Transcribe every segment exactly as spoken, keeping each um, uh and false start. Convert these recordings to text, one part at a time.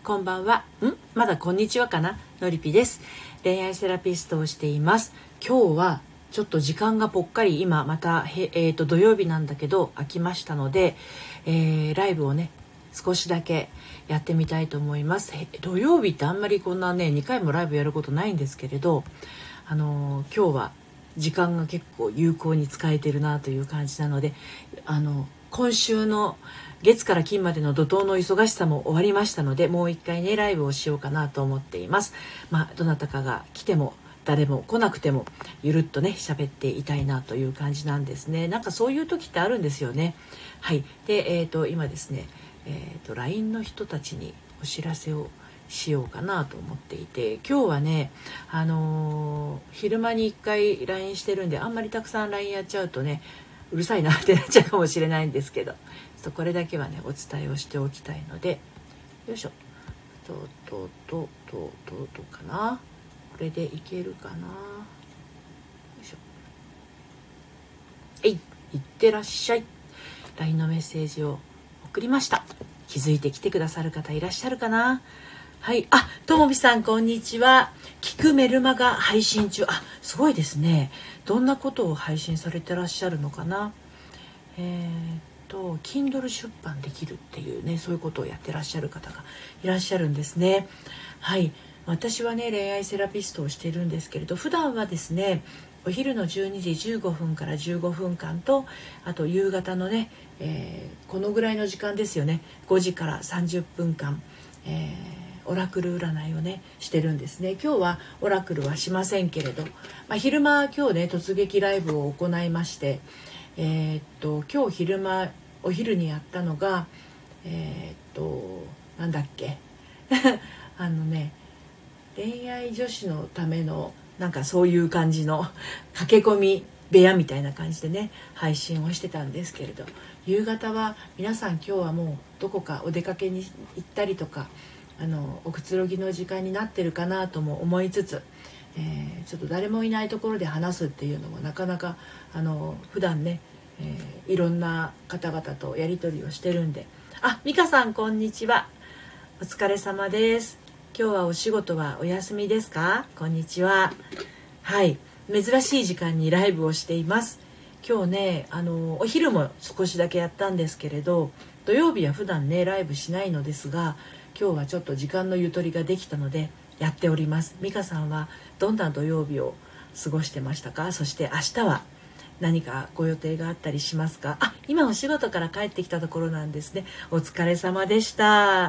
こんばんは。んまだこんにちはかな。のりぴです。恋愛セラピストをしています。今日はちょっと時間がぽっかり今またへ、えー、と土曜日なんだけど空きましたので、えー、ライブをね少しだけやってみたいと思います。土曜日ってあんまりこんなねにかいもライブやることないんですけれど、あのー、今日は時間が結構有効に使えてるなという感じなので、あの今週の月から金までの怒涛の忙しさも終わりましたので、もう一回ねライブをしようかなと思っています。まあどなたかが来ても誰も来なくてもゆるっとね喋っていたいなという感じなんですね。なんかそういう時ってあるんですよね。はい。で、えーと今ですね、えーと ライン の人たちにお知らせをしようかなと思っていて、今日はね、あのー、昼間にいっかい ライン してるんで、あんまりたくさん ライン やっちゃうとねうるさいなってなっちゃうかもしれないんですけど、ちょっとこれだけはねお伝えをしておきたいので、よいしょ、ととととととかな、これでいけるかな、よいしょ、えい、いってらっしゃい。 ライン のメッセージを送りました。気づいてきてくださる方いらっしゃるかな。はい、あ、ともびさんこんにちは。聞くメルマガ配信中。あ、すごいですね。どんなことを配信されてらっしゃるのかな。えー、っと Kindle 出版できるっていうね、そういうことをやってらっしゃる方がいらっしゃるんですね。はい、私はね恋愛セラピストをしているんですけれど、普段はですねお昼のじゅうにじじゅうごふんからじゅうごふんかんと、あと夕方のね、えー、このぐらいの時間ですよね、ごじからさんじゅっぷんかん、えーオラクル占いをねしてるんですね。今日はオラクルはしませんけれど、まあ、昼間今日ね突撃ライブを行いまして、えー、っと今日昼間お昼にやったのがえー、っとなんだっけあのね恋愛女子のためのなんかそういう感じの駆け込み部屋みたいな感じでね配信をしてたんですけれど、夕方は皆さん今日はもうどこかお出かけに行ったりとか、あのおくつろぎの時間になってるかなとも思いつつ、えー、ちょっと誰もいないところで話すっていうのもなかなかあの普段ね、えー、いろんな方々とやり取りをしてるんで。あ、美香さんこんにちは。お疲れ様です。今日はお仕事はお休みですか？こんにちは。はい、珍しい時間にライブをしています。今日ねあのお昼も少しだけやったんですけれど、土曜日は普段ねライブしないのですが、今日はちょっと時間のゆとりができたのでやっております。美香さんはどんな土曜日を過ごしてましたか？そして明日は何かご予定があったりしますか？あ、今お仕事から帰ってきたところなんですね。お疲れ様でした。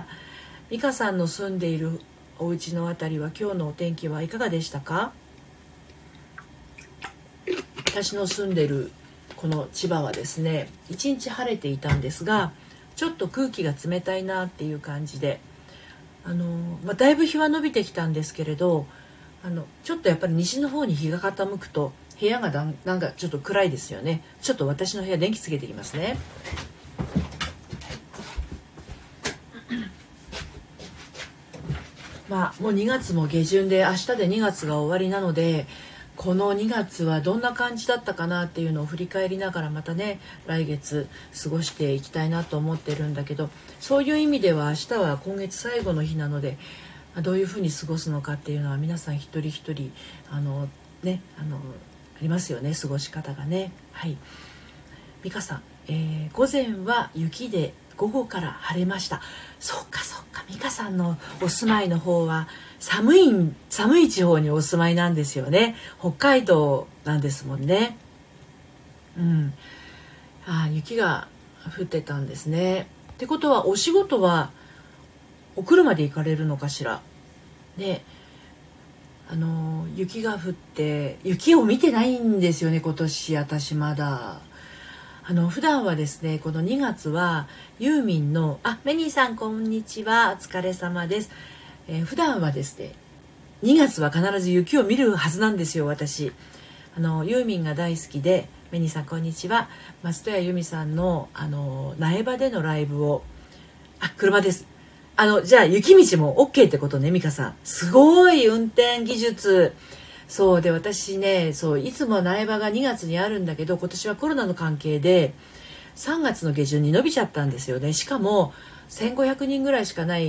美香さんの住んでいるお家のあたりは今日のお天気はいかがでしたか？私の住んでいるこの千葉はですね、一日晴れていたんですが、ちょっと空気が冷たいなっていう感じで、あの、まあ、だいぶ日は伸びてきたんですけれど、あのちょっとやっぱり西の方に日が傾くと部屋がだんなんかちょっと暗いですよね。ちょっと私の部屋電気つけてきますね。まあもうにがつも下旬で明日でにがつが終わりなので、このにがつはどんな感じだったかなっていうのを振り返りながらまたね来月過ごしていきたいなと思ってるんだけど、そういう意味では明日は今月最後の日なので、どういうふうに過ごすのかっていうのは皆さん一人一人あのねあのありますよね、過ごし方がね。はい、美香さん、えー、午前は雪で午後から晴れました。そっかそっか、美香さんのお住まいの方は寒い寒い地方にお住まいなんですよね。北海道なんですもんね。うん、あ、雪が降ってたんですね。ってことはお仕事はお車で行かれるのかしら。で、あの雪が降って雪を見てないんですよね今年私まだ。あの普段はですねこのにがつはユーミンのあメニーさんこんにちは、お疲れ様です。えー、普段はですねにがつは必ず雪を見るはずなんですよ私。あのユーミンが大好きで、メニーさんこんにちは、松任谷由実さんのあの苗場でのライブを、あ、車です。あのじゃあ雪道も OK ってことね。美香さんすごい運転技術。そうで、私ねそういつも苗場がにがつにあるんだけど、今年はコロナの関係でさんがつの下旬に伸びちゃったんですよね。しかもせんごひゃくにんぐらいしかない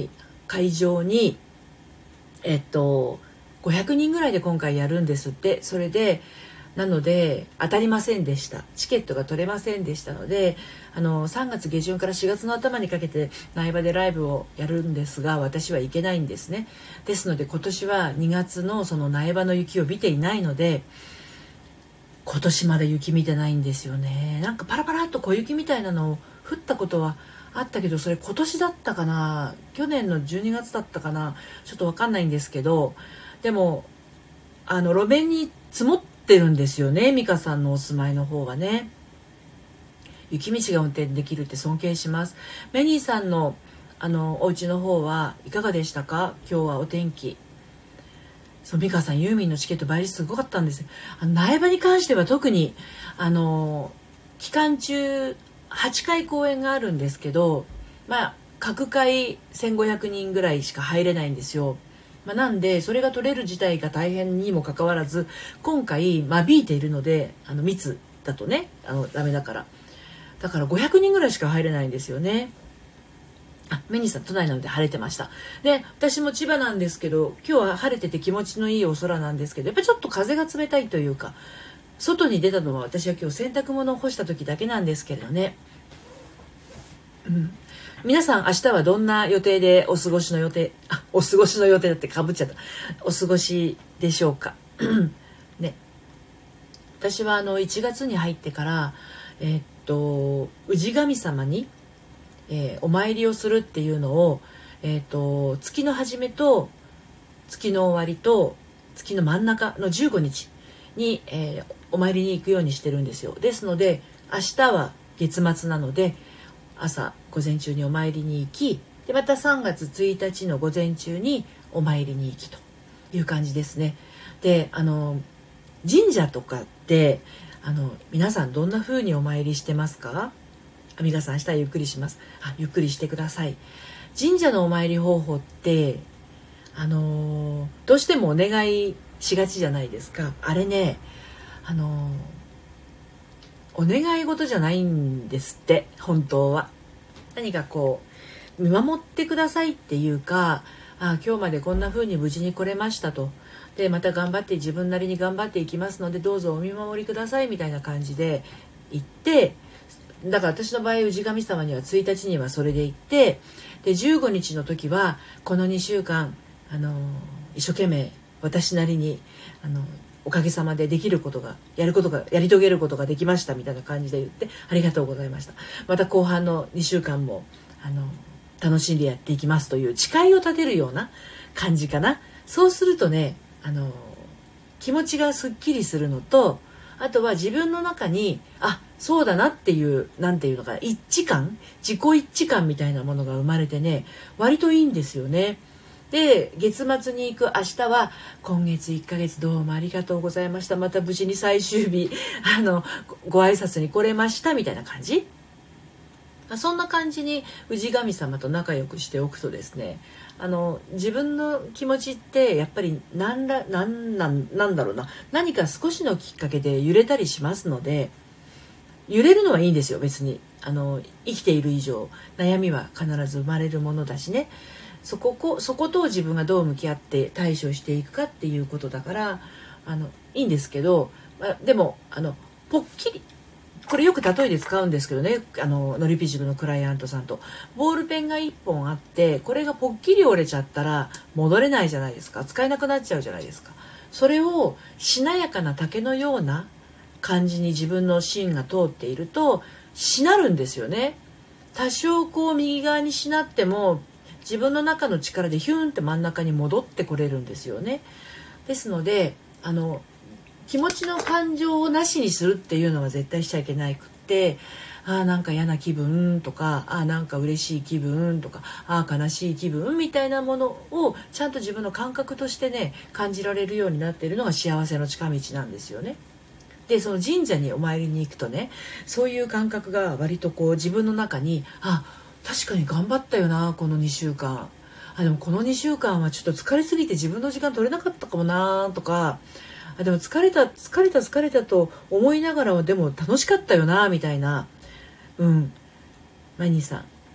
会場にえっとごひゃくにんぐらいで今回やるんですって。それでなので当たりませんでした。チケットが取れませんでしたので、あのさんがつ下旬からしがつの頭にかけて苗場でライブをやるんですが、私は行けないんですね。ですので今年はにがつのその苗場の雪を見ていないので、今年まで雪見てないんですよね。なんかパラパラっと小雪みたいなのを降ったことはあったけど、それ今年だったかな、去年のじゅうにがつだったかな、ちょっと分かんないんですけど、でもあの路面に積もってるんですよね。美香さんのお住まいの方がね、雪道が運転できるって尊敬します。メニーさんのあのお家の方はいかがでしたか？今日はお天気。そう、美香さんユーミンのチケット倍率すごかったんです。あの苗場に関しては特にあの期間中はちかい公演があるんですけど、まあ各回せんごひゃくにんぐらいしか入れないんですよ。まあ、なんでそれが取れる自体が大変にもかかわらず、今回間引いているので、あの密だとね、あのダメだからだからごひゃくにんぐらいしか入れないんですよね。あ、メニーさん都内なので晴れてました。で、私も千葉なんですけど、今日は晴れてて気持ちのいいお空なんですけど、やっぱりちょっと風が冷たいというか、外に出たのは私は今日洗濯物を干した時だけなんですけどね。うん、皆さん明日はどんな予定でお過ごしの予定あお過ごしの予定だってかぶっちゃったお過ごしでしょうかね、私はあのいちがつに入ってからえーっと氏神様に、えーお参りをするっていうのを、えーっと月の初めと月の終わりと月の真ん中のじゅうごにちに、えーお参りに行くようにしてるんですよ。ですので明日は月末なので朝午前中にお参りに行き、でまたさんがつついたちの午前中にお参りに行きという感じですね。で、あの神社とかってあの皆さんどんな風にお参りしてますか？あみかさん明日はゆっくりします。あ、ゆっくりしてください。神社のお参り方法ってあのどうしてもお願いしがちじゃないですか。あれね、あのお願い事じゃないんですって。本当は何かこう見守ってくださいっていうか、あ、今日までこんな風に無事に来れましたと、でまた頑張って自分なりに頑張っていきますのでどうぞお見守りくださいみたいな感じで言って、だから私の場合氏神様にはついたちにはそれで行って、でじゅうごにちの時はこのにしゅうかんあの一生懸命私なりにあのおかげさまでできることがやることがやり遂げることができましたみたいな感じで言ってありがとうございました。また後半のにしゅうかんもあの楽しんでやっていきますという誓いを立てるような感じかな。そうするとね、あの気持ちがすっきりするのと、あとは自分の中にあそうだなっていうなんていうのか一致感、自己一致感みたいなものが生まれてね、割といいんですよね。で月末に行く明日は今月いっかげつどうもありがとうございました、また無事に最終日あのご挨拶に来れましたみたいな感じ、そんな感じに氏神様と仲良くしておくとですね、あの自分の気持ちってやっぱり何ら何なんなんだろうな、何か少しのきっかけで揺れたりしますので、揺れるのはいいんですよ別に。あの生きている以上悩みは必ず生まれるものだしね、そここそこと自分がどう向き合って対処していくかっていうことだからあのいいんですけど、まあ、でもあのポッキリこれよく例えで使うんですけどね、あのノリピ塾のクライアントさんとボールペンがいっぽんあってこれがポッキリ折れちゃったら戻れないじゃないですか、使えなくなっちゃうじゃないですか。それをしなやかな竹のような感じに自分の芯が通っているとしなるんですよね。多少こう右側にしなっても自分の中の力でヒューンって真ん中に戻ってこれるんですよね。ですのであの気持ちの感情をなしにするっていうのは絶対しちゃいけなくって、あーなんか嫌な気分とか、あーなんか嬉しい気分とか、あー悲しい気分みたいなものをちゃんと自分の感覚としてね感じられるようになっているのが幸せの近道なんですよね。でその神社にお参りに行くとね、そういう感覚が割とこう自分の中に、あ確かに頑張ったよなこのにしゅうかん、あでもこのにしゅうかんはちょっと疲れすぎて自分の時間取れなかったかもなとか、あでも疲れた疲れた疲れたと思いながらはでも楽しかったよなみたいな、うんマイニーさん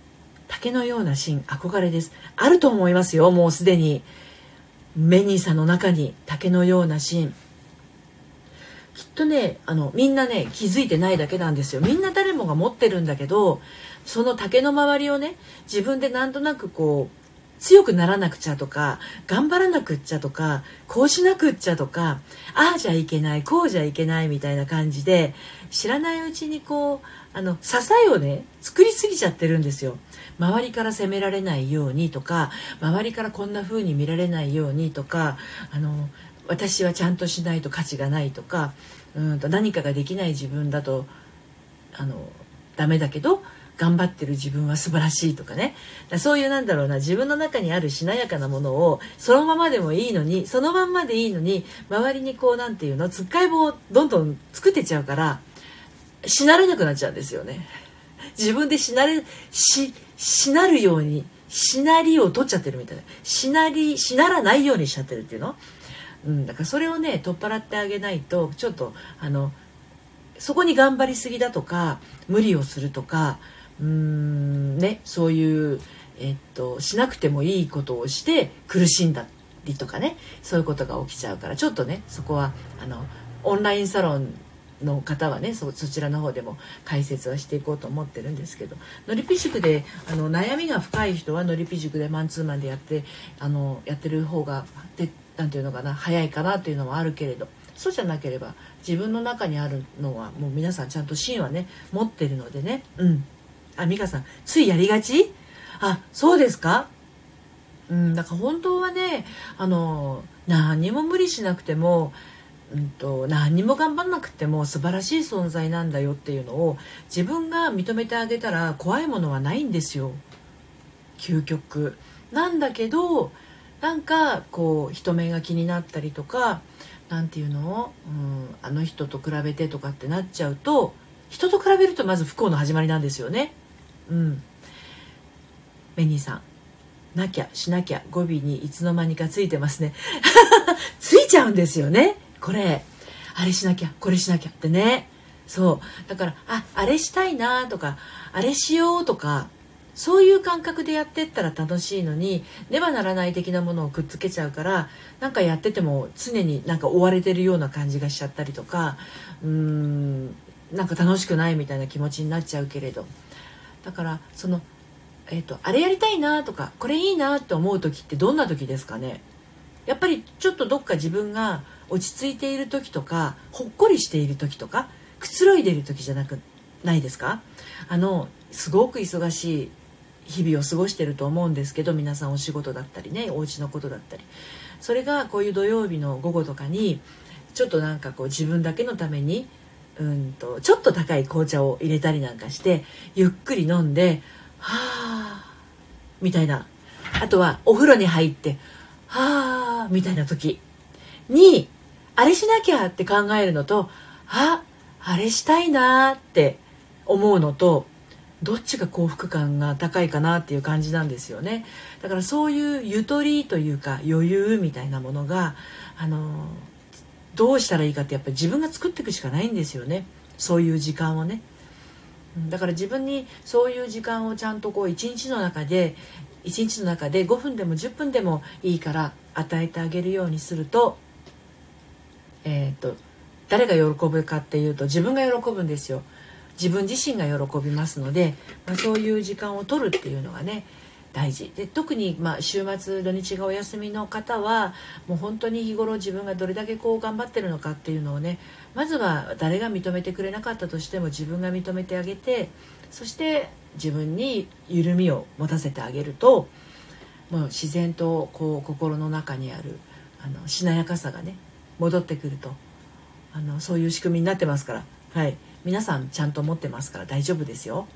竹のようなシーン憧れです。あると思いますよ。もうすでにメニーさんの中に竹のようなシーン、きっとね、あのみんなね気づいてないだけなんですよ。みんな誰もが持ってるんだけど、その竹の周りをね自分でなんとなくこう強くならなくちゃとか、頑張らなくっちゃとか、こうしなくっちゃとか、ああじゃいけない、こうじゃいけないみたいな感じで、知らないうちにこうあの支えをね作りすぎちゃってるんですよ。周りから責められないようにとか、周りからこんな風に見られないようにとか、あの私はちゃんとしないと価値がないとか、うんと何かができない自分だとあのダメだけど頑張ってる自分は素晴らしいとかね、そういうなんだろうな、自分の中にあるしなやかなものをそのままでもいいのに、そのまんまでいいのに、周りにこうなんていうの、つっかい棒をどんどん作ってっちゃうから、しなれなくなっちゃうんですよね。自分でしなれししなるようにしなりを取っちゃってるみたいな、しなりしならないようにしちゃってるっていうの、うん、だからそれをね取っ払ってあげないと、ちょっとあのそこに頑張りすぎだとか無理をするとか、うーんね、そういう、えっと、しなくてもいいことをして苦しんだりとかね、そういうことが起きちゃうから、ちょっとねそこはあのオンラインサロンの方はね そ, そちらの方でも解説はしていこうと思ってるんですけど、のりぴ塾であの悩みが深い人はのりぴ塾でマンツーマンでやってあのやってる方がでなんていうのかな、早いかなというのはあるけれど、そうじゃなければ自分の中にあるのはもう皆さんちゃんと芯はね持ってるのでね。うん。あ、美香さんついやりがち？あ、そうですか。うん、だから本当はね、あの何にも無理しなくても、うんと、何にも頑張んなくても素晴らしい存在なんだよっていうのを自分が認めてあげたら怖いものはないんですよ、究極。なんだけどなんかこう人目が気になったりとか、なんていうの、うん、あの人と比べてとかってなっちゃうと、人と比べるとまず不幸の始まりなんですよね。うん。メニーさん、なきゃしなきゃ語尾にいつの間にかついてますね。ついちゃうんですよね、これ。あれしなきゃこれしなきゃってね。そうだから、ああれしたいなとか、あれしようとか、そういう感覚でやってったら楽しいのに、ねばならない的なものをくっつけちゃうから、なんかやってても常になんか追われてるような感じがしちゃったりとか、うーんなんか楽しくないみたいな気持ちになっちゃうけれど、だからその、えーと、あれやりたいなとかこれいいなって思う時ってどんな時ですかね。やっぱりちょっとどっか自分が落ち着いている時とか、ほっこりしている時とか、くつろいでいる時じゃなくないですか。あのすごく忙しい日々を過ごしていると思うんですけど、皆さんお仕事だったりね、お家のことだったり、それがこういう土曜日の午後とかにちょっとなんかこう自分だけのためにうんとちょっと高い紅茶を入れたりなんかしてゆっくり飲んで、はあみたいな、あとはお風呂に入ってはあみたいな時にあれしなきゃって考えるのと、ああれしたいなって思うのと、どっちが幸福感が高いかなっていう感じなんですよね。だからそういうゆとりというか余裕みたいなものが、あのどうしたらいいかってやっぱり自分が作っていくしかないんですよね、そういう時間をね。だから自分にそういう時間をちゃんとこう一日の中で一日の中でごふんでもじゅっぷんでもいいから与えてあげるようにすると、えーと誰が喜ぶかっていうと自分が喜ぶんですよ。自分自身が喜びますので、まあ、そういう時間を取るっていうのがね大事で、特にまあ週末土日がお休みの方はもう本当に日頃自分がどれだけこう頑張ってるのかっていうのをね、まずは誰が認めてくれなかったとしても自分が認めてあげて、そして自分に緩みを持たせてあげると、もう自然とこう心の中にあるあのしなやかさがね戻ってくると、あのそういう仕組みになってますから、はい、皆さんちゃんと持ってますから大丈夫ですよ。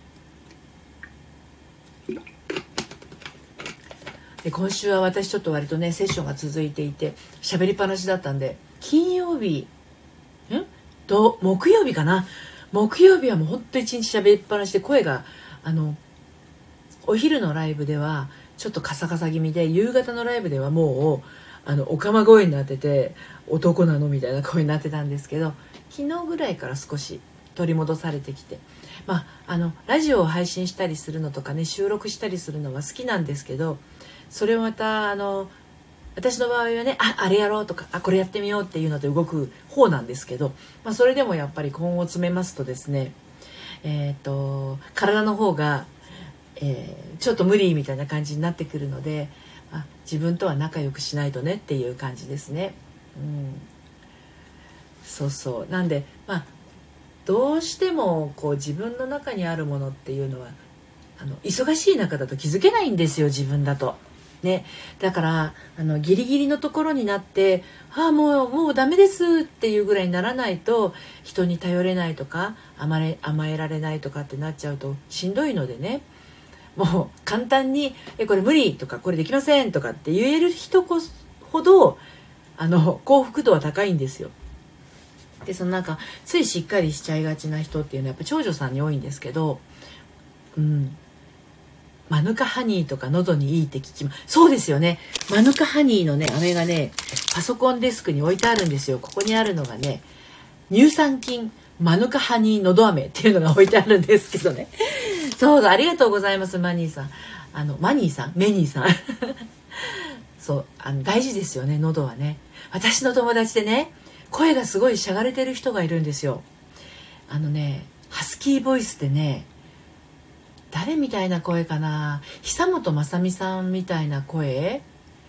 で今週は私ちょっと割とねセッションが続いていて喋りっぱなしだったんで、金曜日んと木曜日かな、木曜日はもうほんと一日喋りっぱなしで声があのお昼のライブではちょっとカサカサ気味で、夕方のライブではもうあのお釜声になってて男なのみたいな声になってたんですけど、昨日ぐらいから少し取り戻されてきて、 まあ、あのラジオを配信したりするのとかね、収録したりするのは好きなんですけど、それをまたあの私の場合はね、あ、あれやろうとか、あ、これやってみようっていうので動く方なんですけど、まあ、それでもやっぱり根を詰めますとですね、えーと、体の方が、えー、ちょっと無理みたいな感じになってくるので、あ、自分とは仲良くしないとねっていう感じですね。うん、そうそう。なんで、まあ、どうしてもこう自分の中にあるものっていうのは、あの忙しい中だと気づけないんですよ、自分だと。ね、だからあのギリギリのところになって「ああもうもうダメです」っていうぐらいにならないと、人に頼れないとか甘え、甘えられないとかってなっちゃうとしんどいのでね、もう簡単に「えこれ無理」とか「これできません」とかって言える人こそほどあの幸福度は高いんですよ。でそのなんかついしっかりしちゃいがちな人っていうのはやっぱ長女さんに多いんですけど、うんマヌカハニーとか喉にいいって聞きます。そうですよね。マヌカハニーのね、飴がね、パソコンデスクに置いてあるんですよ。ここにあるのがね、乳酸菌マヌカハニー喉飴っていうのが置いてあるんですけどね。そうだ、ありがとうございます、マニーさん。あの、マニーさんメニーさん。そう、あの、大事ですよね、喉はね。私の友達でね、声がすごいしゃがれてる人がいるんですよ。あのね、ハスキーボイスでね、誰みたいな声かな、久本雅美さんみたいな声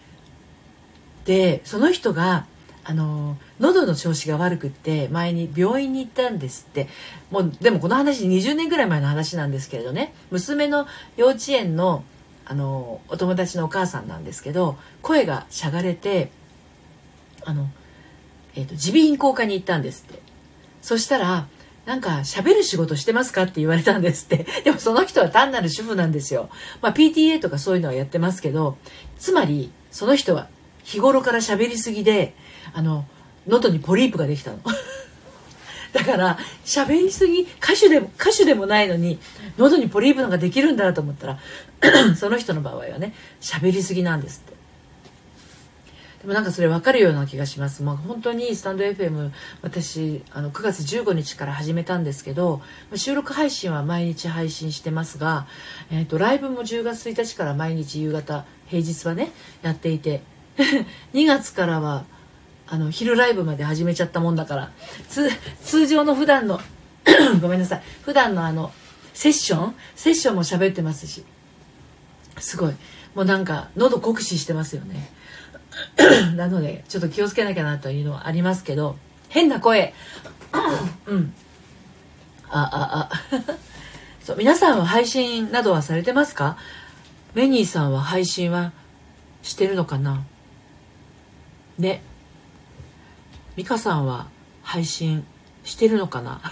で、その人があの喉の調子が悪くって前に病院に行ったんですって。もうでもこの話にじゅうねんぐらい前の話なんですけれどね、娘の幼稚園のあのお友達のお母さんなんですけど、声がしゃがれてあの、えーと、耳鼻咽喉科に行ったんですって。そしたらなんか喋る仕事してますかって言われたんですって。でもその人は単なる主婦なんですよ。まあ ピーティーエー とかそういうのはやってますけど、つまりその人は日頃から喋りすぎで、あの喉にポリープができたの。だから喋りすぎ、歌手でも歌手でもないのに喉にポリープなんかできるんだと思ったらその人の場合はね、喋りすぎなんですって。でもなんかそれ分かるような気がします。まあ、本当にスタンド エフエム 私あのくがつじゅうごにちから始めたんですけど、収録配信は毎日配信してますが、えーと、ライブもじゅうがつついたちから毎日夕方平日はねやっていてにがつからはあの昼ライブまで始めちゃったもんだから、つ通常の普段のごめんなさい、普段のあのセッションセッションも喋ってますし、すごいもうなんか喉酷使してますよね。なのでちょっと気をつけなきゃなというのはありますけど、変な声うんあああそう皆さんは配信などはされてますか？メニーさんは配信はしてるのかなね。ミカさんは配信してるのかな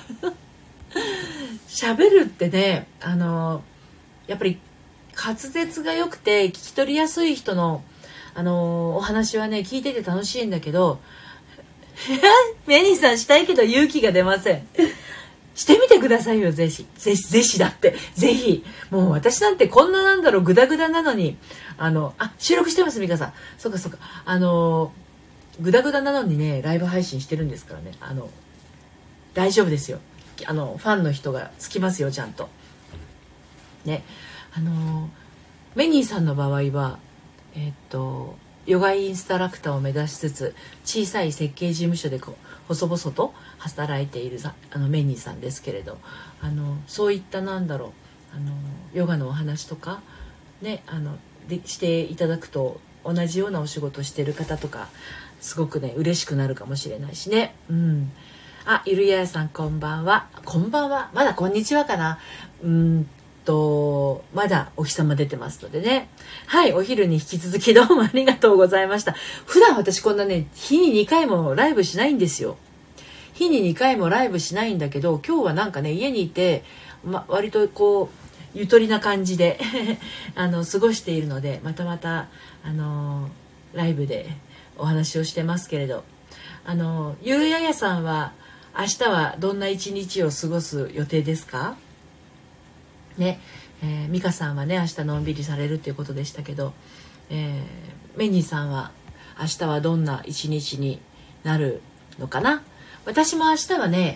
喋るってね、あのやっぱり滑舌が良くて聞き取りやすい人のあのー、お話はね聞いてて楽しいんだけどメニーさんしたいけど勇気が出ません。してみてくださいよ、ぜひぜひぜひだってぜひ。もう私なんてこんななんだろうグダグダなのに、あのあ収録してますミカさん。そうかそうか、あのー、グダグダなのにねライブ配信してるんですからね、あの大丈夫ですよ。あのファンの人がつきますよちゃんとね。あのー、メニーさんの場合はえー、っとヨガインストラクターを目指しつつ小さい設計事務所でこう細々と働いているあのメニーさんですけれど、あのそういったなんだろう、あのヨガのお話とかね、あのでしていただくと同じようなお仕事してる方とかすごくね嬉しくなるかもしれないしね。うん。あ、ゆるややさんこんばんは。こんばんは。まだこんにちはかな。うんとまだお日様出てますのでね。はい、お昼に引き続きどうもありがとうございました。普段私こんなね日ににかいもライブしないんですよ。日ににかいもライブしないんだけど、今日はなんかね家にいて、ま、割とこうゆとりな感じであの過ごしているので、またまたあのライブでお話をしてますけれど、あのゆるややさんは明日はどんな一日を過ごす予定ですかね。えー、美香さんはね明日のんびりされるっていうことでしたけど、えー、メニーさんは明日はどんな一日になるのかな。私も明日はね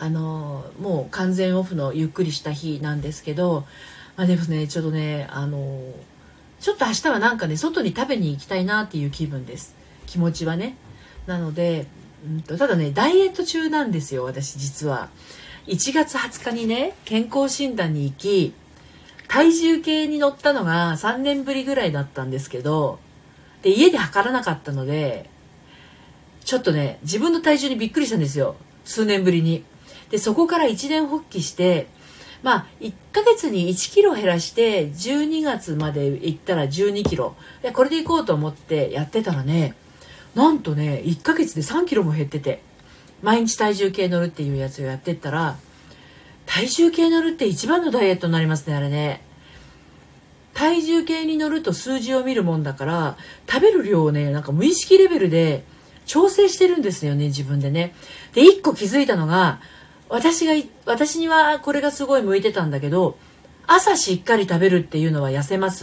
あのもう完全オフのゆっくりした日なんですけど、まあ、でもねちょっとねあのちょっと明日はなんかね外に食べに行きたいなっていう気分です。気持ちはね。なので、うんと、ただねダイエット中なんですよ私実は。いちがつはつかにね健康診断に行き、体重計に乗ったのがさんねんぶりぐらいだったんですけど、で家で測らなかったのでちょっとね自分の体重にびっくりしたんですよ、数年ぶりに。でそこから一年発起して、まあいっかげつにいちキロ減らしてじゅうにがつまで行ったらじゅうにキロ、でこれで行こうと思ってやってたらね、なんとねいっかげつでさんキロも減ってて、毎日体重計乗るっていうやつをやってったら、体重計乗るって一番のダイエットになりますね、あれね。体重計に乗ると数字を見るもんだから、食べる量をねなんか無意識レベルで調整してるんですよね、自分でね。で一個気づいたのが、私が私にはこれがすごい向いてたんだけど、朝しっかり食べるっていうのは痩せます。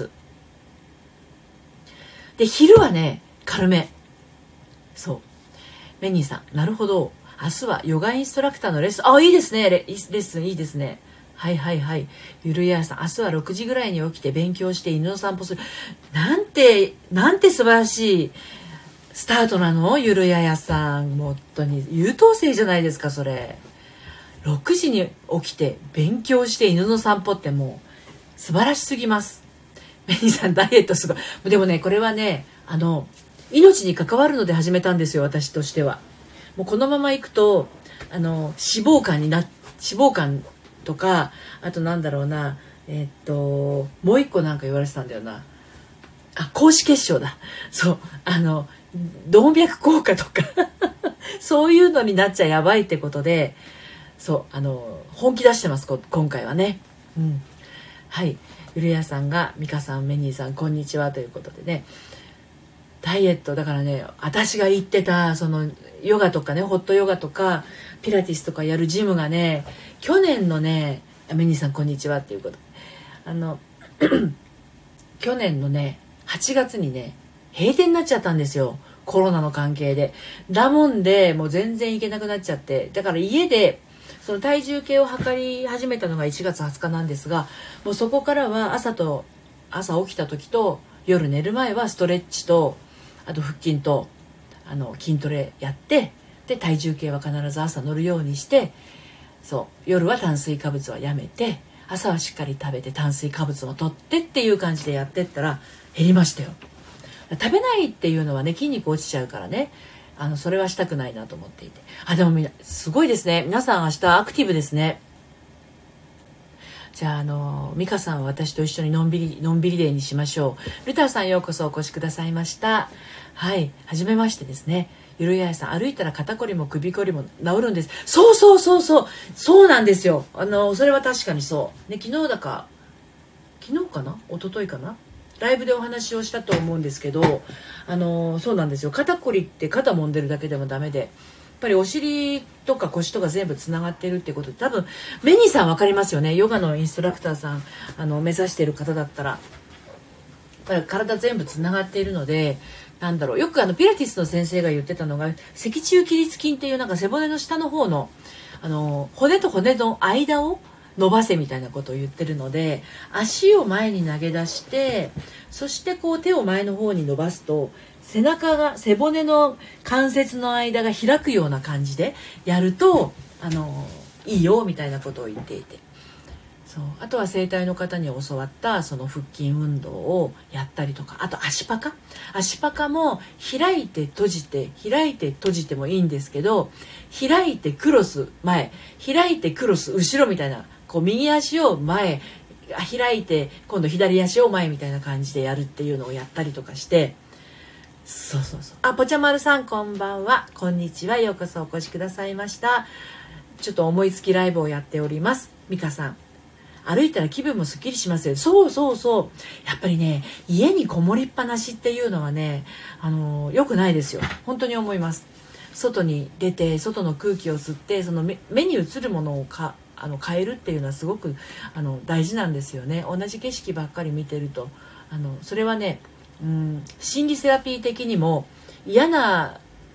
で昼はね軽め。そう、メニーさん、なるほど、明日はヨガインストラクターのレッスン、あいいですね、レレッスンいいですね。はいはいはい。ゆるやさん、明日はろくじぐらいに起きて勉強して犬の散歩する。なんてなんて素晴らしいスタートなの、ゆるややさん。本当に優等生じゃないですかそれ。ろくじに起きて勉強して犬の散歩ってもう素晴らしすぎます。メニーさんダイエットすごい。でもねこれはねあの命に関わるので始めたんですよ、私としては。もうこのままいくとあの脂肪肝にな脂肪肝とか、あとなんだろうな、えー、っともう一個なんか言われてたんだよな、あ高脂血症だ。そうあの動脈硬化とかそういうのになっちゃやばいってことで、そうあの本気出してます今回はね。うん、はい、ゆるやさんがミカさんメニーさんこんにちはということでね、ダイエットだからね、私が行ってたそのヨガとかね、ホットヨガとかピラティスとかやるジムがね、去年のね、メニーさんこんにちはっていうこと、あの去年のねはちがつにね閉店になっちゃったんですよ、コロナの関係で。だもんでもう全然行けなくなっちゃって、だから家でその体重計を測り始めたのがいちがつはつかなんですが、もうそこからは朝と朝起きた時と夜寝る前はストレッチと、あと腹筋とあの筋トレやって、で体重計は必ず朝乗るようにして、そう夜は炭水化物はやめて朝はしっかり食べて炭水化物を取ってっていう感じでやってったら減りましたよ。食べないっていうのはね筋肉落ちちゃうからね、あのそれはしたくないなと思っていて。あでもみなすごいですね、皆さん明日アクティブですね。じゃああの美香さんは私と一緒にのんびりのんびりデーにしましょう。ルターさんようこそお越しくださいました。はい、はじめましてですね。ゆるややさん、歩いたら肩こりも首こりも治るんです。そうそうそうそうそうなんですよ。あのそれは確かにそうね。昨日だか昨日かな一昨日かな、ライブでお話をしたと思うんですけど、あのそうなんですよ。肩こりって肩揉んでるだけでもダメで、やっぱりお尻とか腰とか全部つながってるってことで、多分メニーさん分かりますよね。ヨガのインストラクターさんあの目指している方だったら、やっぱり体全部つながっているので、なんだろう、よくあのピラティスの先生が言ってたのが脊柱起立筋っていう、なんか背骨の下の方のあの骨と骨の間を伸ばせみたいなことを言ってるので、足を前に投げ出して、そしてこう手を前の方に伸ばすと背中が背骨の関節の間が開くような感じでやるとあのいいよみたいなことを言っていて、そうあとは整体の方に教わったその腹筋運動をやったりとか、あと足パカ足パカも開いて閉じて開いて閉じてもいいんですけど、開いてクロス前開いてクロス後ろみたいな、こう右足を前開いて今度左足を前みたいな感じでやるっていうのをやったりとかして、そうそうそう。あ、ぽちゃまるさんこんばんは、こんにちは、ようこそお越しくださいました。ちょっと思いつきライブをやっております。みかさん、歩いたら気分もすっきりしますよ。そうそうそう。やっぱりね、家にこもりっぱなしっていうのはね、あの良くないですよ。本当に思います。外に出て外の空気を吸って、その 目, 目に映るものをかあの変えるっていうのはすごくあの大事なんですよね。同じ景色ばっかり見てると、あのそれはね、うん、心理セラピー的にも嫌な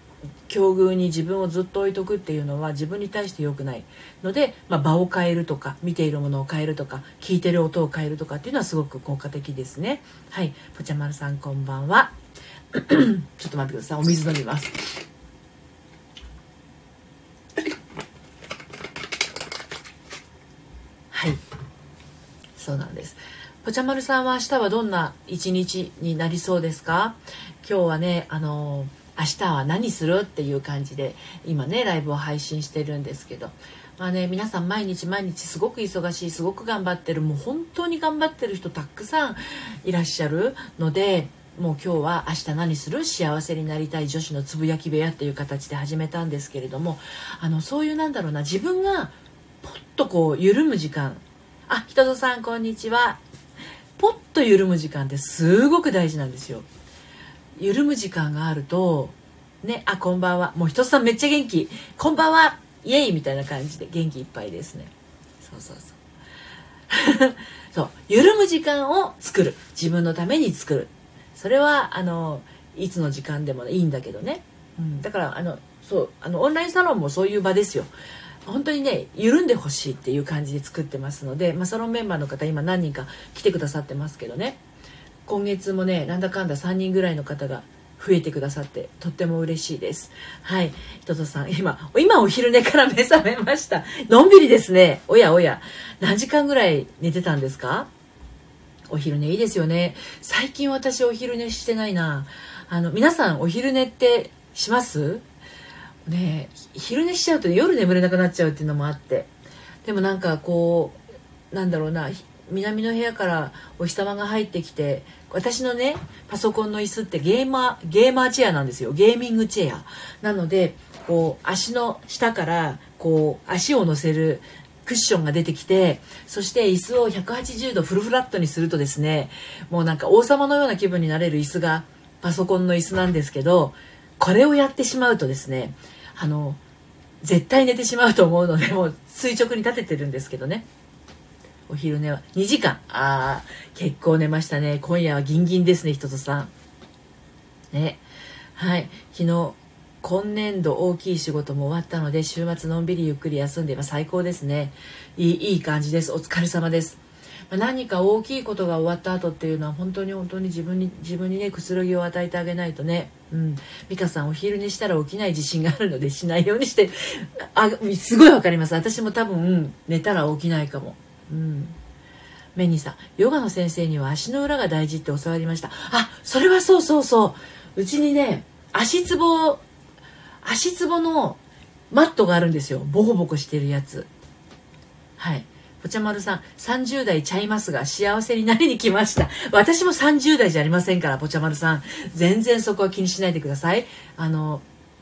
境遇に自分をずっと置いとくっていうのは自分に対して良くないので、まあ、場を変えるとか見ているものを変えるとか聞いてる音を変えるとかっていうのはすごく効果的ですね。はい、ぽちゃまるさんこんばんは。ちょっと待ってください、お水飲みます。はい、そうなんです。ぽちゃまるさんは明日はどんな一日になりそうですか？今日はね、あの明日は何するっていう感じで今ねライブを配信してるんですけど、まあね、皆さん毎日毎日すごく忙しい、すごく頑張ってる、もう本当に頑張ってる人たくさんいらっしゃるので、もう今日は明日何する幸せになりたい女子のつぶやき部屋っていう形で始めたんですけれども、あのそういうなんだろうな、自分がポッとこう緩む時間、あ、ひととさんこんにちは。ポッと緩む時間ってすごく大事なんですよ。緩む時間があるとね、あ、こんばんは、もうひとつさんめっちゃ元気、こんばんはイエイみたいな感じで元気いっぱいですね。そうそうそうそう、緩む時間を作る、自分のために作る、それはあのいつの時間でもいいんだけどね、うん、だからあのそうあのオンラインサロンもそういう場ですよ。本当にね緩んでほしいっていう感じで作ってますので、まあ、サロンメンバーの方今何人か来てくださってますけどね、今月もねなんだかんださんにんぐらいの方が増えてくださってとっても嬉しいです。はい、ひととさん今今お昼寝から目覚めました。のんびりですね。おやおや、何時間ぐらい寝てたんですか？お昼寝いいですよね。最近私お昼寝してないな。あの皆さんお昼寝ってしますね？昼寝しちゃうと夜眠れなくなっちゃうっていうのもあって、でもなんかこうなんだろうな、南の部屋からお日様が入ってきて、私のねパソコンの椅子ってゲーマーゲーマーチェアなんですよ。ゲーミングチェアなので、こう足の下からこう足を乗せるクッションが出てきて、そして椅子をひゃくはちじゅうどフルフラットにするとですね、もうなんか王様のような気分になれる椅子がパソコンの椅子なんですけど、これをやってしまうとですね、あの絶対寝てしまうと思うので、もう垂直に立ててるんですけどね。お昼寝はにじかん。あー結構寝ましたね。今夜はギンギンですね、ひととさんね。はい、昨日今年度大きい仕事も終わったので、週末のんびりゆっくり休んで、今最高ですね。いい、いい感じです。お疲れ様です。何か大きいことが終わった後っていうのは本当に本当に自分に自分にねくつろぎを与えてあげないとね。うん、美香さんお昼寝したら起きない自信があるのでしないようにして、あ、すごいわかります。私も多分寝たら起きないかも。うん。メニーさん、ヨガの先生には足の裏が大事って教わりました。あ、それはそうそうそう。うちにね足つぼ足つぼのマットがあるんですよ。ボコボコしてるやつ。はい。ぽちゃまるさん、さんじゅう代ちゃいますが幸せになりに来ました。私もさんじゅう代じゃありませんから、ぽちゃまるさん全然そこは気にしないでください。あの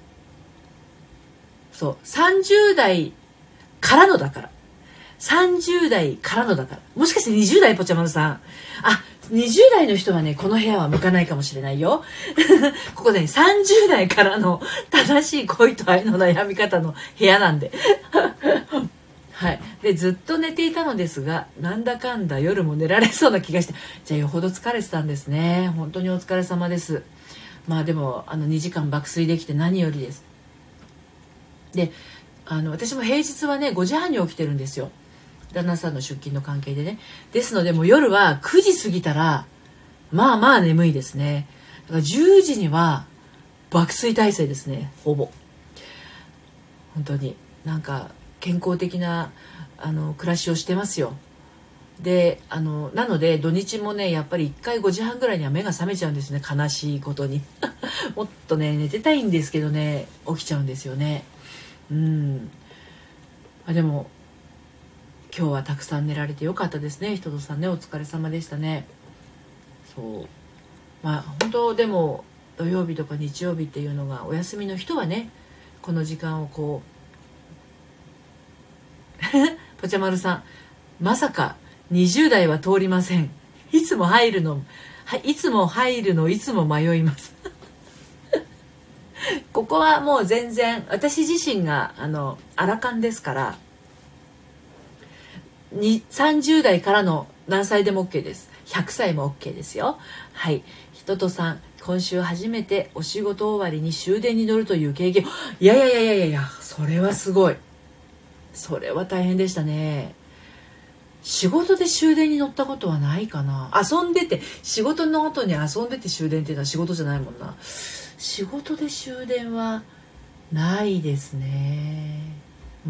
そうさんじゅう代からのだからさんじゅう代からのだから、もしかしてにじゅう代ぽちゃまるさん、あ、にじゅう代の人はねこの部屋は向かないかもしれないよここねさんじゅう代からの正しい恋と愛の悩み方の部屋なんではい、でずっと寝ていたのですが、なんだかんだ夜も寝られそうな気がして、じゃあよほど疲れてたんですね。本当にお疲れ様です。まあでもあのにじかん爆睡できて何よりです。であの私も平日はねごじはんに起きてるんですよ。旦那さんの出勤の関係でね。ですのでもう夜はくじ過ぎたらまあまあ眠いですね。だからじゅうじには爆睡体制ですね、ほぼ。本当になんか健康的なあの暮らしをしてますよ。であのなので土日もねやっぱりいっかいごじはんぐらいには目が覚めちゃうんですね、悲しいことにもっとね寝てたいんですけどね起きちゃうんですよね。うんあでも今日はたくさん寝られてよかったですね、ひととさんね。お疲れ様でしたね。そうまあ本当でも土曜日とか日曜日っていうのがお休みの人はね、この時間をこうぽちゃまるさん、まさかにじゅう代は通りません。いつも入るのいつも入るのいつも迷いますここはもう全然私自身があのアラカンですから、にさんじゅう代からの何歳でも OK です。ひゃくさいも OK ですよ。はい、ひととさん今週初めてお仕事終わりに終電に乗るという経験。いやいやいやいやいや、それはすごい。それは大変でしたね。仕事で終電に乗ったことはないかな。遊んでて、仕事の後に遊んでて終電っていうのは仕事じゃないもんな。仕事で終電はないですね。うん。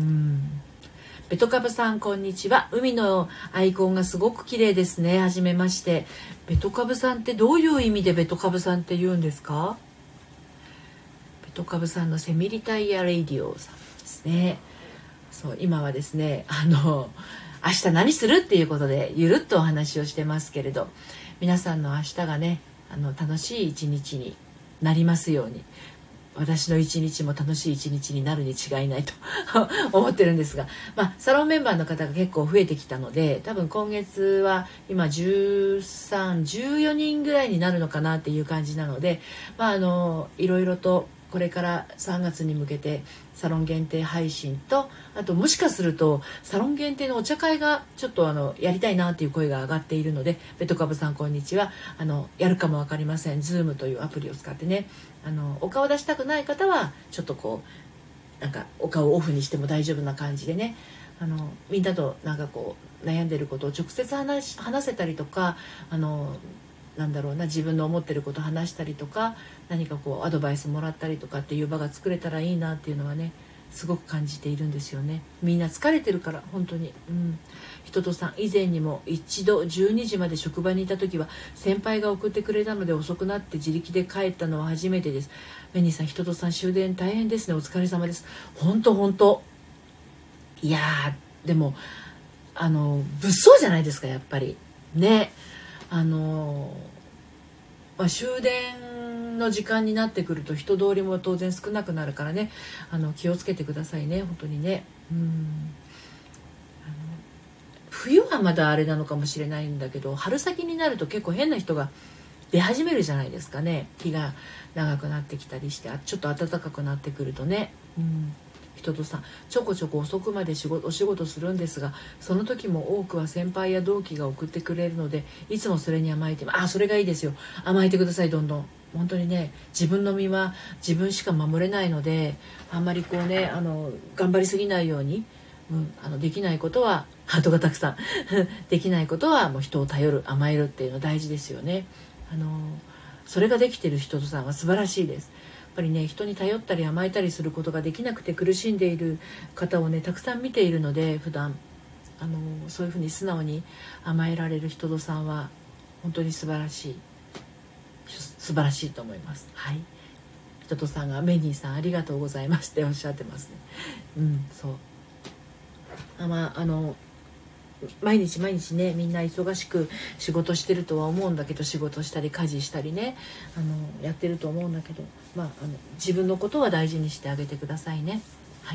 ベトカブさんこんにちは。海のアイコンがすごく綺麗ですね。はじめまして。ベトカブさんってどういう意味でベトカブさんって言うんですか？ベトカブさんのセミリタイヤレイディオさんですね。そう、今はですね、あの明日何するっていうことでゆるっとお話をしてますけれど、皆さんの明日がね、あの楽しい一日になりますように、私の一日も楽しい一日になるに違いないと思ってるんですが、まあ、サロンメンバーの方が結構増えてきたので、多分今月は今じゅうさん、じゅうよにんぐらいになるのかなっていう感じなので、まあ、あのいろいろとこれからさんがつに向けてサロン限定配信と、あともしかするとサロン限定のお茶会がちょっとあのやりたいなっていう声が上がっているので、ベトカブさんこんにちは、あのやるかも分かりません。 Zoom というアプリを使ってね、あのお顔出したくない方はちょっとこうなんかお顔をオフにしても大丈夫な感じでね、あのみんなとなんかこう悩んでることを直接話し話せたりとか、あのなんだろうな、自分の思ってることを話したりとか、何かこうアドバイスもらったりとかっていう場が作れたらいいなっていうのはね、すごく感じているんですよね。みんな疲れてるから本当に、うん、人とさん以前にも一度じゅうにじまで職場にいた時は先輩が送ってくれたので遅くなって自力で帰ったのは初めてです。メニーさん、人とさん終電大変ですね。お疲れ様です。本当本当。いやーでもあの物騒じゃないですか、やっぱりね。あの、まあ、終電の時間になってくると人通りも当然少なくなるからね、あの気をつけてくださいね、本当にね。うん、あの冬はまだあれなのかもしれないんだけど、春先になると結構変な人が出始めるじゃないですかね。日が長くなってきたりして、ちょっと暖かくなってくるとね。うん、人とさん、ちょこちょこ遅くまで仕事お仕事するんですが、その時も多くは先輩や同期が送ってくれるので、いつもそれに甘えて、あ、それがいいですよ。甘えてください、どんどん。本当にね、自分の身は自分しか守れないので、あんまりこうね、あの頑張りすぎないように、うん、あのできないことはハートがたくさんできないことはもう人を頼る、甘えるっていうの大事ですよね。あのそれができてる人とさんは素晴らしいです。やっぱりね、人に頼ったり甘えたりすることができなくて苦しんでいる方をね、たくさん見ているので、普段あのそういうふうに素直に甘えられる人とさんは本当に素晴らしい素晴らしいと思います。はい、人とさんがメニーさんありがとうございますっておっしゃってますね。うん、そうあ、まあ、あの毎日毎日ね、みんな忙しく仕事してるとは思うんだけど、仕事したり家事したりね、あのやってると思うんだけど、まあ、あの自分のことは大事にしてあげてくださいね。はい、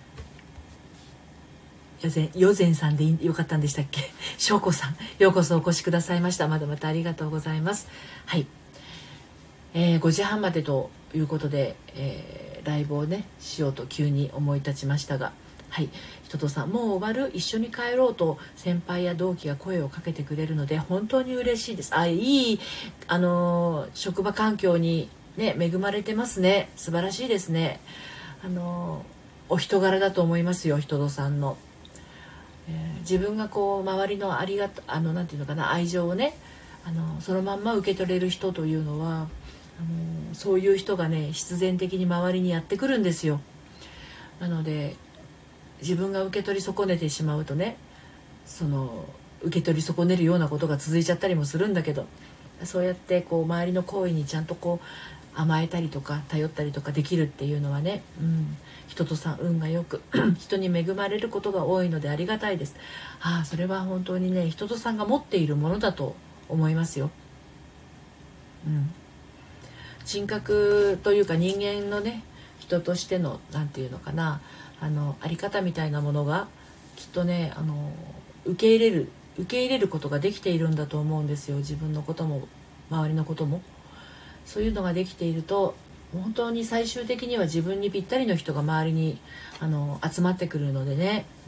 よぜよぜんさんでよかったんでしたっけしょうこさん、ようこそお越しくださいました。まだまたありがとうございます。はい、えー、ごじはんまでということで、えー、ライブをねしようと急に思い立ちましたが、はい、人とさん、もう終わる、一緒に帰ろうと先輩や同期が声をかけてくれるので本当に嬉しいです。あ、いい、あのー、職場環境に、ね、恵まれてますね。素晴らしいですね。あのー、お人柄だと思いますよ、人とさんの、えー、自分がこう周りのありがたあのなんていうのかな、愛情をね、あのそのまんま受け取れる人というのは、あのそういう人がね必然的に周りにやってくるんですよ。なので自分が受け取り損ねてしまうとね、その受け取り損ねるようなことが続いちゃったりもするんだけど、そうやってこう周りの行為にちゃんとこう甘えたりとか頼ったりとかできるっていうのはね、うん、人とさん運がよく人に恵まれることが多いのでありがたいです。ああ、それは本当にね、人とさんが持っているものだと思いますよ。うん、人格というか人間のね、人としてのなんていうのかな、あのあり方みたいなものがきっとね、あの受け入れる受け入れることができているんだと思うんですよ。自分のことも周りのことも、そういうのができていると本当に最終的には自分にぴったりの人が周りにあの集まってくるのでね、うん、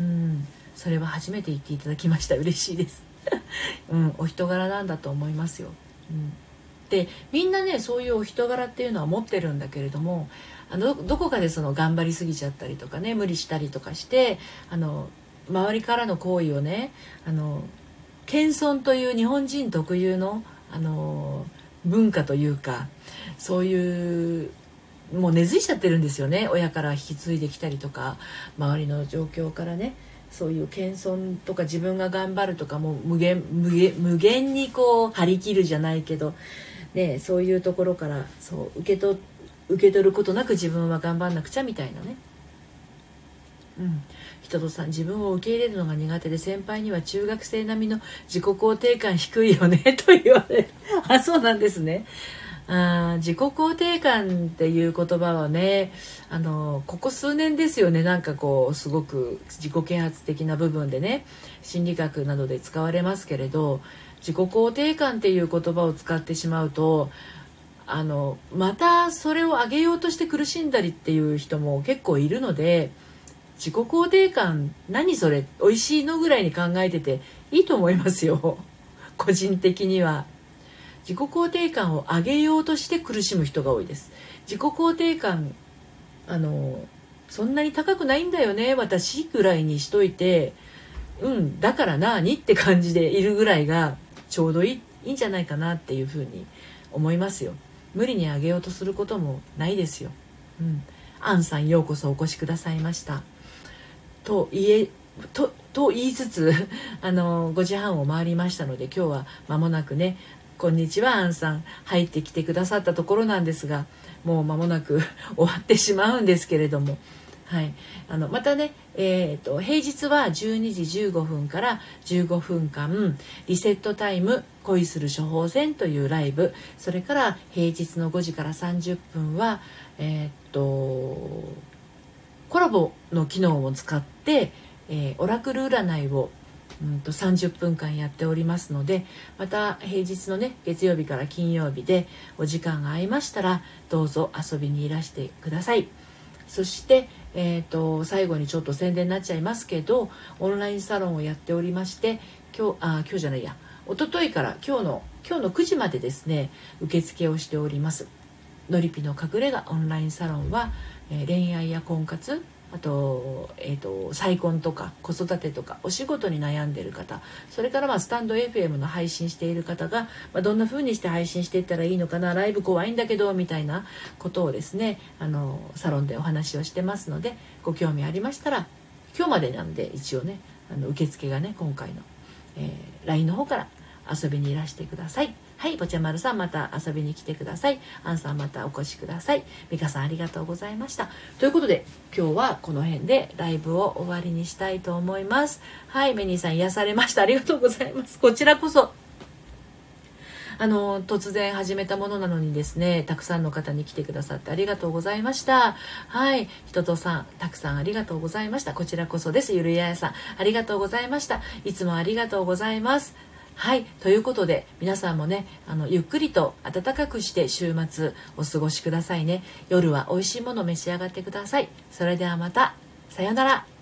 それは初めて言っていただきました。嬉しいです、うん、お人柄なんだと思いますよ。うん、 でみんなねそういうお人柄っていうのは持ってるんだけれども、あのどこかでその頑張りすぎちゃったりとかね、無理したりとかして、あの周りからの行為をね、あの謙遜という日本人特有のあの文化というか、そういうもう根付いちゃってるんですよね。親から引き継いできたりとか、周りの状況からね、そういう謙遜とか自分が頑張るとか、もう無限無限無限にこう張り切るじゃないけど、ね、そういうところからそう受け取受け取ることなく自分は頑張んなくちゃみたいなね。うん、人とさん、自分を受け入れるのが苦手で先輩には中学生並みの自己肯定感低いよねと言われるあ、そうなんですね。あ、自己肯定感っていう言葉はね、あのここ数年ですよね。なんかこうすごく自己啓発的な部分でね、心理学などで使われますけれど、自己肯定感っていう言葉を使ってしまうと、あのまたそれを上げようとして苦しんだりっていう人も結構いるので、自己肯定感何それ美味しいのぐらいに考えてていいと思いますよ。個人的には自己肯定感を上げようとして苦しむ人が多いです。自己肯定感あのそんなに高くないんだよね私ぐらいにしといて、うんだからなにって感じでいるぐらいがちょうどいい、いいんじゃないかなっていうふうに思いますよ。無理に上げようとすることもないですよ。うん、アンさんようこそお越しくださいました。と言えとと言いつつあのごじはんを回りましたので、今日は間もなくね、こんにちはアンさん入ってきてくださったところなんですが、もう間もなく終わってしまうんですけれども、はい、あのまたね、えーと、平日はじゅうにじじゅうごふんからじゅうごふんかんリセットタイム恋する処方箋というライブ、それから平日のごじからさんじゅっぷんはえっ、ー、とコラボの機能を使って、えー、オラクル占いをうんとさんじゅっぷんかんやっておりますので、また平日のね月曜日から金曜日でお時間が合いましたらどうぞ遊びにいらしてください。そして、えー、と最後にちょっと宣伝になっちゃいますけど、オンラインサロンをやっておりまして、今日あ今日じゃないや一昨日から今日の今日のくじまでですね受付をしております。のりぴの隠れ家オンラインサロンは、えー、恋愛や婚活、あと、えーと、再婚とか子育てとかお仕事に悩んでいる方、それからまあスタンド エフエム の配信している方が、まあ、どんな風にして配信していったらいいのかな、ライブ怖いんだけどみたいなことをですね、あのサロンでお話をしてますので、ご興味ありましたら、今日までなんで一応ね、あの受付がね今回の、えー、ライン の方から遊びにいらしてください。はい、ぼちゃまるさんまた遊びに来てください。アンさんまたお越しください。ミカさんありがとうございました。ということで今日はこの辺でライブを終わりにしたいと思います。はい、メニーさん癒されました。ありがとうございます。こちらこそあの突然始めたものなのにですね、たくさんの方に来てくださってありがとうございました。はい、ひととさんたくさんありがとうございました。こちらこそです。ゆるややさんありがとうございました。いつもありがとうございます。はい、ということで皆さんもね、あのゆっくりと暖かくして週末お過ごしくださいね。夜は美味しいものを召し上がってください。それではまた、さようなら。